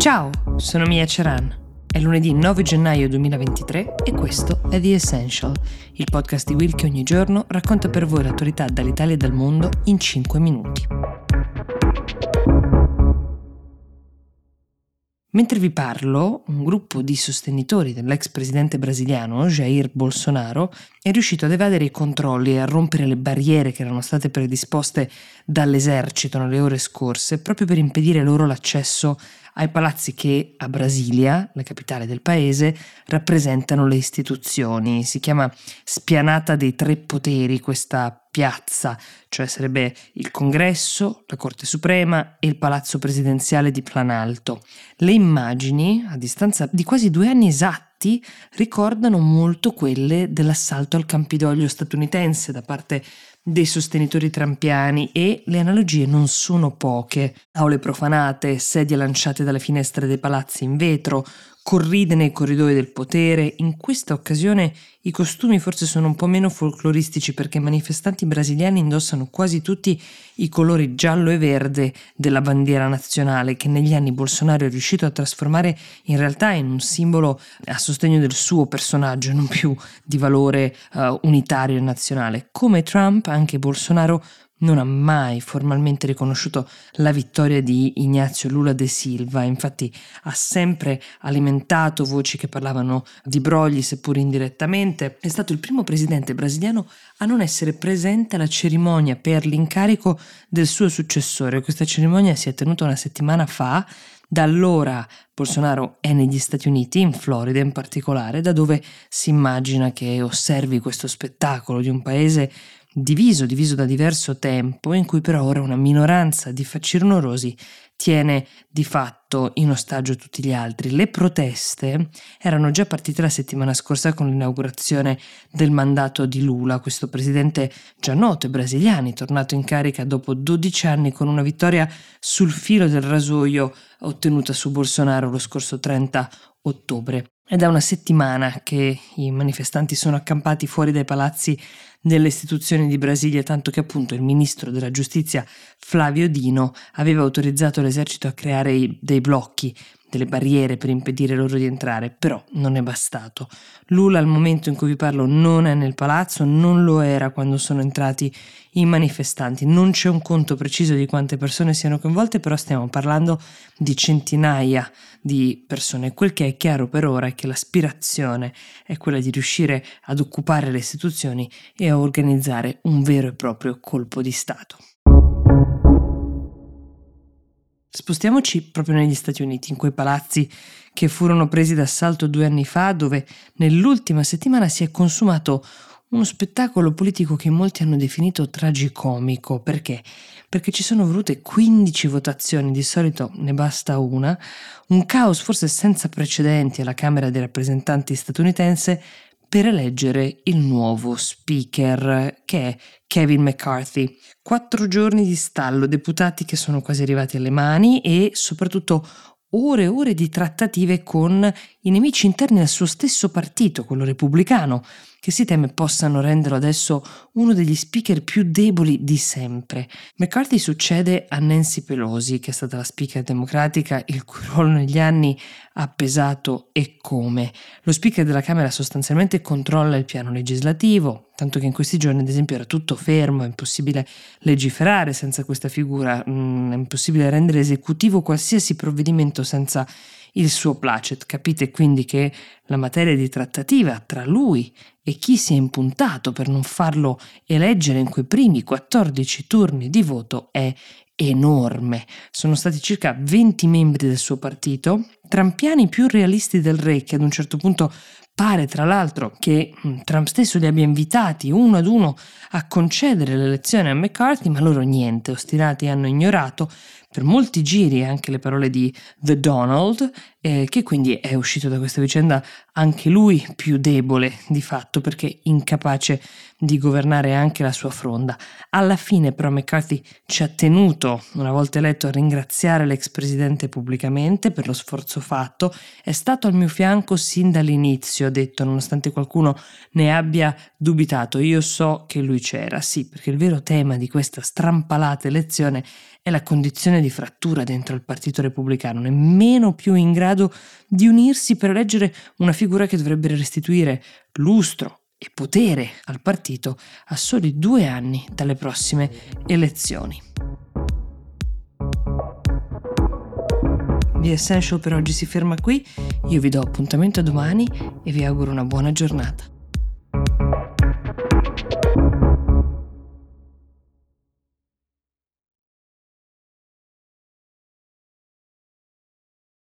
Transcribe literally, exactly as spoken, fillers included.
Ciao, sono Mia Ceran. È lunedì nove gennaio duemilaventitré e questo è The Essential, il podcast di Will che ogni giorno racconta per voi l'attualità dall'Italia e dal mondo in cinque minuti. Mentre vi parlo, un gruppo di sostenitori dell'ex presidente brasiliano Jair Bolsonaro è riuscito ad evadere i controlli e a rompere le barriere che erano state predisposte dall'esercito nelle ore scorse proprio per impedire loro l'accesso ai palazzi che a Brasilia, la capitale del paese, rappresentano le istituzioni. Si chiama Spianata dei Tre Poteri questa piazza, cioè sarebbe il Congresso, la Corte Suprema e il Palazzo Presidenziale di Planalto. Le immagini, a distanza di quasi due anni esatti, ricordano molto quelle dell'assalto al Campidoglio statunitense da parte dei sostenitori trampiani e le analogie non sono poche. Aule profanate, sedie lanciate dalle finestre dei palazzi in vetro, corride nei corridoi del potere. In questa occasione i costumi forse sono un po' meno folcloristici perché i manifestanti brasiliani indossano quasi tutti i colori giallo e verde della bandiera nazionale che negli anni Bolsonaro è riuscito a trasformare in realtà in un simbolo a sostegno del suo personaggio, non più di valore uh, unitario e nazionale. Come Trump, anche Bolsonaro non ha mai formalmente riconosciuto la vittoria di Ignacio Lula da Silva, infatti ha sempre alimentato voci che parlavano di brogli seppur indirettamente. È stato il primo presidente brasiliano a non essere presente alla cerimonia per l'incarico del suo successore. Questa cerimonia si è tenuta una settimana fa. Da allora Bolsonaro è negli Stati Uniti, in Florida in particolare, da dove si immagina che osservi questo spettacolo di un paese diviso, diviso da diverso tempo, in cui però ora una minoranza di facinorosi tiene di fatto in ostaggio tutti gli altri. Le proteste erano già partite la settimana scorsa con l'inaugurazione del mandato di Lula, questo presidente già noto e brasiliano, tornato in carica dopo dodici anni con una vittoria sul filo del rasoio ottenuta su Bolsonaro lo scorso trenta ottobre. È da una settimana che i manifestanti sono accampati fuori dai palazzi delle istituzioni di Brasilia, tanto che appunto il ministro della giustizia Flávio Dino aveva autorizzato l'esercito a creare dei blocchi, delle barriere per impedire loro di entrare, però non è bastato. Lula al momento in cui vi parlo non è nel palazzo, non lo era quando sono entrati i manifestanti. Non c'è un conto preciso di quante persone siano coinvolte, però stiamo parlando di centinaia di persone. Quel che è chiaro per ora è che l'aspirazione è quella di riuscire ad occupare le istituzioni e a organizzare un vero e proprio colpo di Stato. Spostiamoci proprio negli Stati Uniti, in quei palazzi che furono presi d'assalto due anni fa, dove nell'ultima settimana si è consumato uno spettacolo politico che molti hanno definito tragicomico. Perché? Perché ci sono volute quindici votazioni, di solito ne basta una, un caos forse senza precedenti alla Camera dei rappresentanti statunitense per eleggere il nuovo speaker, che è Kevin McCarthy. Quattro giorni di stallo, deputati che sono quasi arrivati alle mani e soprattutto ore e ore di trattative con i nemici interni al suo stesso partito, quello repubblicano, che si teme possano renderlo adesso uno degli speaker più deboli di sempre. McCarthy succede a Nancy Pelosi, che è stata la speaker democratica, il cui ruolo negli anni ha pesato e come. Lo speaker della Camera sostanzialmente controlla il piano legislativo, tanto che in questi giorni ad esempio era tutto fermo, è impossibile legiferare senza questa figura, mm, è impossibile rendere esecutivo qualsiasi provvedimento senza il suo placet. Capite quindi che la materia di trattativa tra lui e chi si è impuntato per non farlo eleggere in quei primi quattordici turni di voto è enorme. Sono stati circa venti membri del suo partito, trampiani più realisti del re, che ad un certo punto pare tra l'altro che Trump stesso li abbia invitati uno ad uno a concedere l'elezione a McCarthy, ma loro niente, ostinati, hanno ignorato per molti giri anche le parole di The Donald, eh, che quindi è uscito da questa vicenda anche lui più debole di fatto, perché incapace di governare anche la sua fronda. Alla fine però McCarthy ci ha tenuto, una volta eletto, a ringraziare l'ex presidente pubblicamente per lo sforzo sforzo fatto, è stato al mio fianco sin dall'inizio, ha detto, nonostante qualcuno ne abbia dubitato. Io so che lui c'era, sì, perché il vero tema di questa strampalata elezione è la condizione di frattura dentro il Partito Repubblicano, nemmeno più in grado di unirsi per eleggere una figura che dovrebbe restituire lustro e potere al partito a soli due anni dalle prossime elezioni. The Essential per oggi si ferma qui, io vi do appuntamento domani e vi auguro una buona giornata.